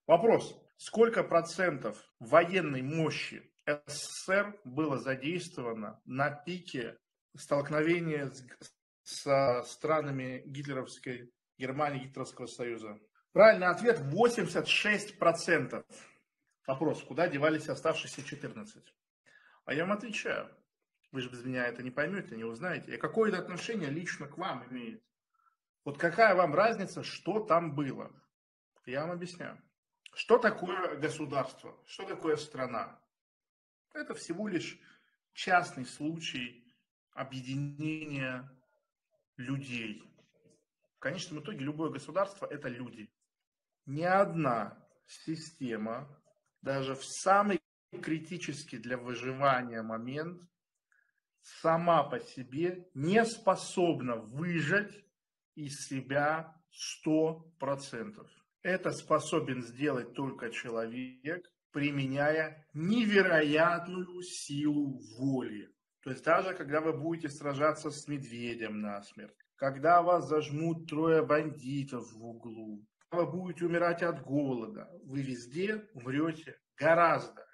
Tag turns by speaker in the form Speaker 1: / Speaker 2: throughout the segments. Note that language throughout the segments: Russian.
Speaker 1: Вопрос. Сколько процентов военной мощи СССР было задействовано на пике столкновения со странами гитлеровской Германии, Гитлеровского Союза? Правильный ответ 86%. Вопрос. Куда девались оставшиеся 14? А я вам отвечаю. Вы же без меня это не поймете, не узнаете. И какое это отношение лично к вам имеет? Вот какая вам разница, что там было? Я вам объясняю. Что такое государство? Что такое страна? Это всего лишь частный случай объединения людей. В конечном итоге любое государство – это люди. Ни одна система, даже в самый критический для выживания момент, сама по себе не способна выжать из себя 100%. Это способен сделать только человек, применяя невероятную силу воли. То есть даже когда вы будете сражаться с медведем насмерть, когда вас зажмут 3 бандитов в углу, когда вы будете умирать от голода, вы везде умрете гораздо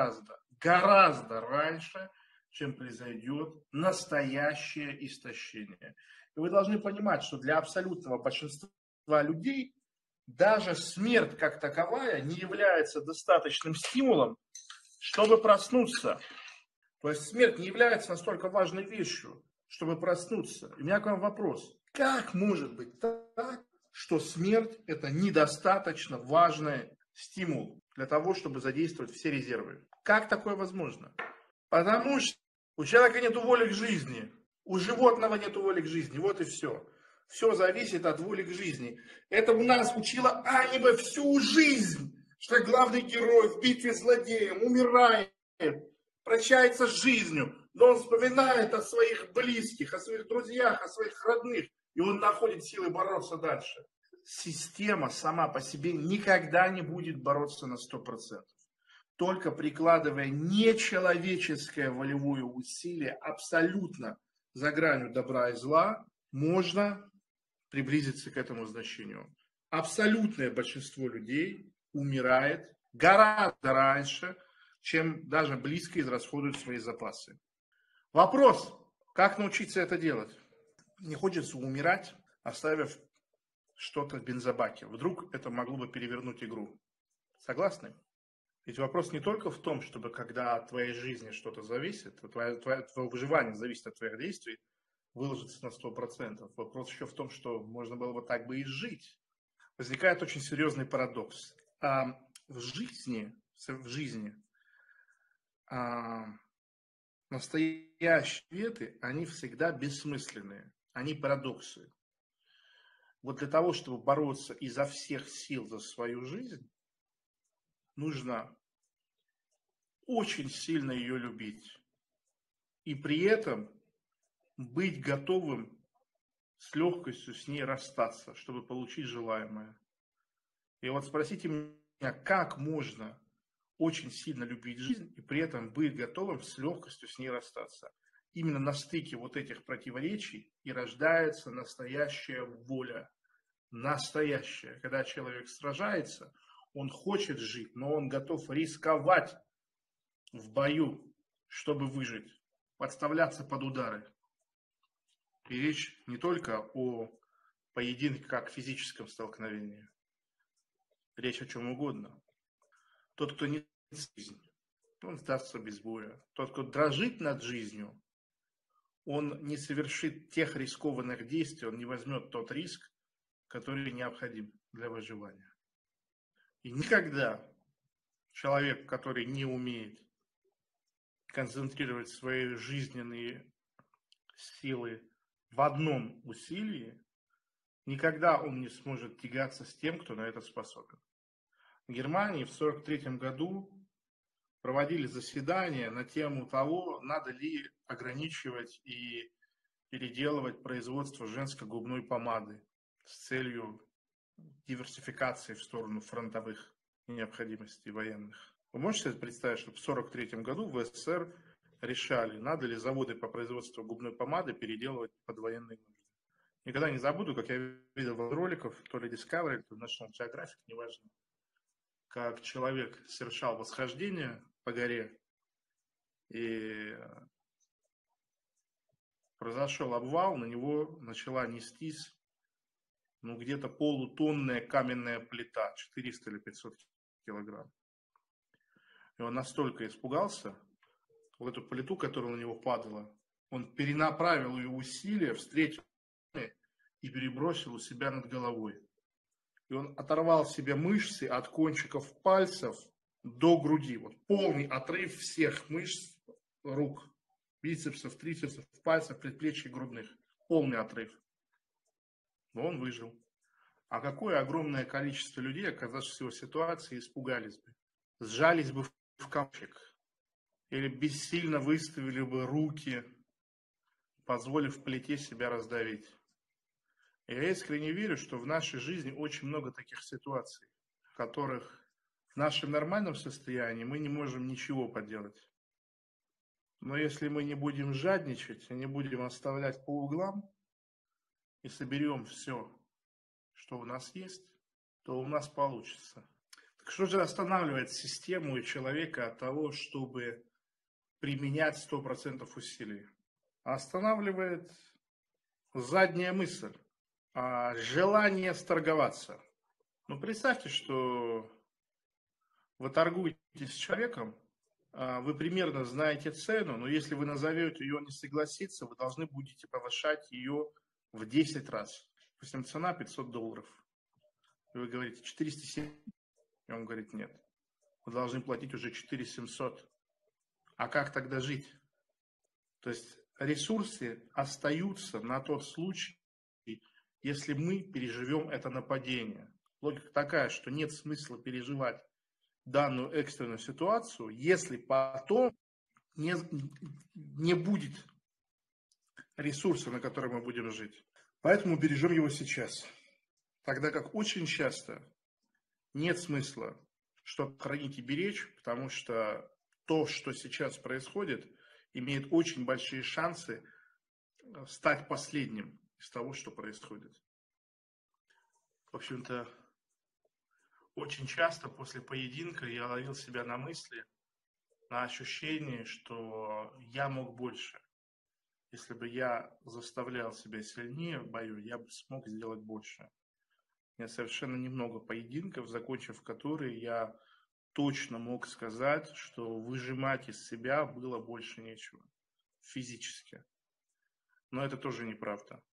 Speaker 1: раньше, чем произойдет настоящее истощение. И вы должны понимать, что для абсолютного большинства людей даже смерть как таковая не является достаточным стимулом, чтобы проснуться. То есть смерть не является настолько важной вещью, чтобы проснуться. И у меня к вам вопрос. Как может быть так, что смерть – это недостаточно важный стимул для того, чтобы задействовать все резервы? Как такое возможно? Потому что у человека нет воли к жизни, у животного нет воли к жизни, вот и все. Все зависит от воли к жизни. Это у нас учила аниме всю жизнь, что главный герой в битве с злодеем умирает, прощается с жизнью, но он вспоминает о своих близких, о своих друзьях, о своих родных, и он находит силы бороться дальше. Система сама по себе никогда не будет бороться на 100%. Только прикладывая нечеловеческое волевое усилие абсолютно за гранью добра и зла, можно приблизиться к этому значению. Абсолютное большинство людей умирает гораздо раньше, чем даже близко израсходуют свои запасы. Вопрос, как научиться это делать? Не хочется умирать, оставив что-то в бензобаке. Вдруг это могло бы перевернуть игру. Согласны? Ведь вопрос не только в том, чтобы когда от твоей жизни что-то зависит, твое выживание зависит от твоих действий, выложиться на 100%. Вопрос еще в том, что можно было бы так бы и жить. Возникает очень серьезный парадокс. В жизни настоящие ответы, они всегда бессмысленные, они парадоксы. Вот для того, чтобы бороться изо всех сил за свою жизнь, нужно очень сильно ее любить. И при этом быть готовым с легкостью с ней расстаться, чтобы получить желаемое. И вот спросите меня, как можно очень сильно любить жизнь и при этом быть готовым с легкостью с ней расстаться. Именно на стыке вот этих противоречий и рождается настоящая воля. Настоящая. Когда человек сражается, он хочет жить, но он готов рисковать в бою, чтобы выжить, подставляться под удары. И речь не только о поединке как физическом столкновении. Речь о чем угодно. Тот, кто не жизнь, он сдастся без боя. Тот, кто дрожит над жизнью, он не совершит тех рискованных действий, он не возьмет тот риск, который необходим для выживания. И никогда человек, который не умеет концентрировать свои жизненные силы в одном усилии, никогда он не сможет тягаться с тем, кто на это способен. В Германии в 1943 году проводили заседания на тему того, надо ли ограничивать и переделывать производство женской губной помады с целью диверсификации в сторону фронтовых необходимостей военных. Вы можете себе представить, что в 1943 году в СССР решали, надо ли заводы по производству губной помады переделывать под военные нужды. Никогда не забуду, как я видел в роликах, то ли Discovery, то ли National Geographic, неважно, как человек совершал восхождение по горе, и произошел обвал, на него начала нестись, ну, где-то полутонная каменная плита, 400 или 500 килограмм. И он настолько испугался, в эту плиту, которая на него падала, он перенаправил ее усилия, встретил и перебросил у себя над головой. И он оторвал себе мышцы от кончиков пальцев до груди. Вот полный отрыв всех мышц рук, бицепсов, трицепсов, пальцев, предплечий, грудных. Полный отрыв. Но он выжил. А какое огромное количество людей, оказавшись в его ситуации, испугались бы, сжались бы в комочек или бессильно выставили бы руки, позволив плите себя раздавить. И я искренне верю, что в нашей жизни очень много таких ситуаций, в которых в нашем нормальном состоянии мы не можем ничего поделать. Но если мы не будем жадничать и не будем оставлять по углам и соберем все, что у нас есть, то у нас получится. Так что же останавливает систему и человека от того, чтобы применять 100% усилий? Останавливает задняя мысль, желание сторговаться. Ну, представьте, что вы торгуетесь с человеком, вы примерно знаете цену, но если вы назовете ее, он не согласится, вы должны будете повышать ее в 10 раз. Допустим, цена $500. И вы говорите 470, и он говорит нет. Вы должны платить уже 4700. А как тогда жить? То есть ресурсы остаются на тот случай, если мы переживем это нападение. Логика такая, что нет смысла переживать данную экстренную ситуацию, если потом не будет ресурса, на котором мы будем жить. Поэтому бережем его сейчас. Тогда как очень часто нет смысла что-то хранить и беречь, потому что то, что сейчас происходит, имеет очень большие шансы стать последним из того, что происходит. В общем-то, очень часто после поединка я ловил себя на мысли, на ощущении, что я мог больше. Если бы я заставлял себя сильнее в бою, я бы смог сделать больше. У меня совершенно немного поединков, закончив которые я точно мог сказать, что выжимать из себя было больше нечего физически. Но это тоже неправда.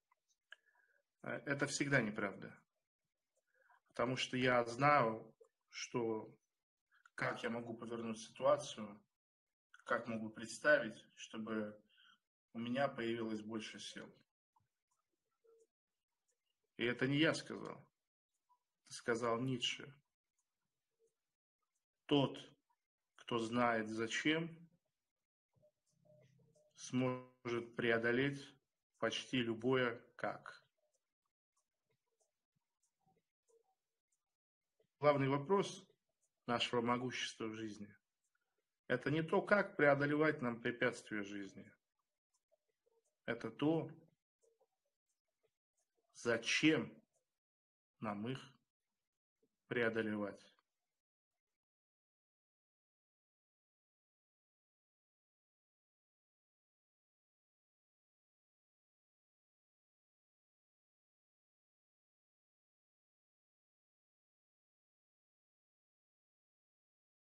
Speaker 1: Это всегда неправда. Потому что я знаю, что как я могу повернуть ситуацию, как могу представить, чтобы у меня появилось больше сил. И это не я сказал. Это сказал Ницше. Тот, кто знает зачем, сможет преодолеть почти любое как. Главный вопрос нашего могущества в жизни – это не то, как преодолевать нам препятствия жизни. Это то, зачем нам их преодолевать.